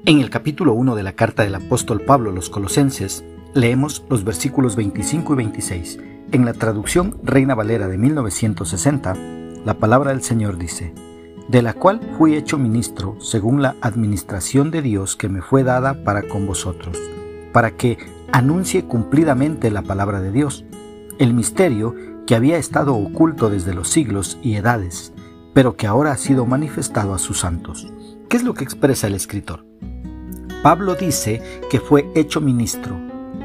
En el capítulo 1 de la carta del apóstol Pablo a los Colosenses, leemos los versículos 25 y 26. En la traducción Reina Valera de 1960, la palabra del Señor dice: de la cual fui hecho ministro según la administración de Dios que me fue dada para con vosotros, para que anuncie cumplidamente la palabra de Dios, el misterio que había estado oculto desde los siglos y edades, pero que ahora ha sido manifestado a sus santos. ¿Qué es lo que expresa el escritor? Pablo dice que fue hecho ministro.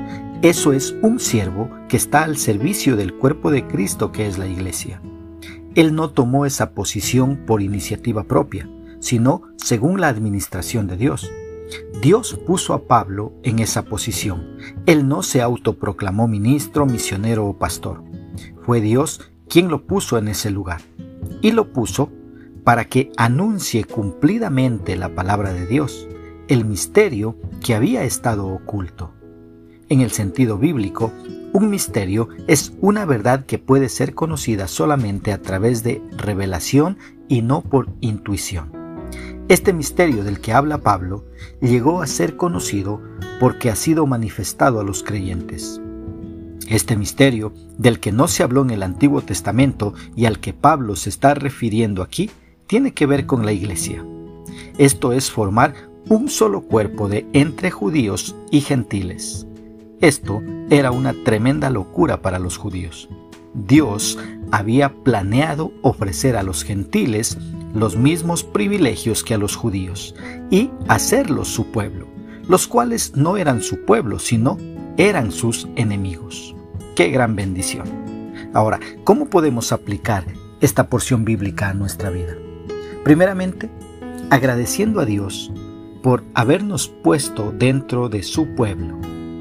Eso es un siervo que está al servicio del cuerpo de Cristo, que es la iglesia. Él no tomó esa posición por iniciativa propia, sino según la administración de Dios. Dios puso a Pablo en esa posición. Él no se autoproclamó ministro, misionero o pastor. Fue Dios quien lo puso en ese lugar. Y lo puso para que anuncie cumplidamente la palabra de Dios, el misterio que había estado oculto. En el sentido bíblico, un misterio es una verdad que puede ser conocida solamente a través de revelación y no por intuición. Este misterio del que habla Pablo llegó a ser conocido porque ha sido manifestado a los creyentes. Este misterio, del que no se habló en el Antiguo Testamento y al que Pablo se está refiriendo aquí, tiene que ver con la iglesia. Esto es formar un solo cuerpo de entre judíos y gentiles. Esto era una tremenda locura para los judíos. Dios había planeado ofrecer a los gentiles los mismos privilegios que a los judíos y hacerlos su pueblo, los cuales no eran su pueblo, sino eran sus enemigos. ¡Qué gran bendición! Ahora, ¿cómo podemos aplicar esta porción bíblica a nuestra vida? Primeramente, agradeciendo a Dios por habernos puesto dentro de su pueblo,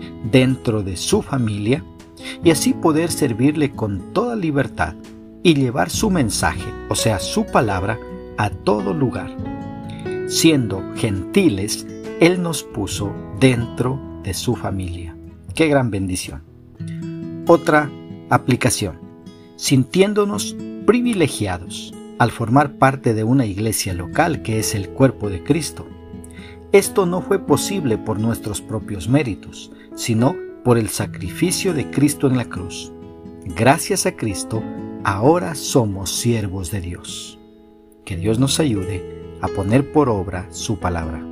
dentro de su familia, y así poder servirle con toda libertad y llevar su mensaje, o sea, su palabra, a todo lugar. Siendo gentiles, Él nos puso dentro de su familia. ¡Qué gran bendición! Otra aplicación: sintiéndonos privilegiados al formar parte de una iglesia local que es el cuerpo de Cristo. Esto no fue posible por nuestros propios méritos, sino por el sacrificio de Cristo en la cruz. Gracias a Cristo, ahora somos siervos de Dios. Que Dios nos ayude a poner por obra su palabra.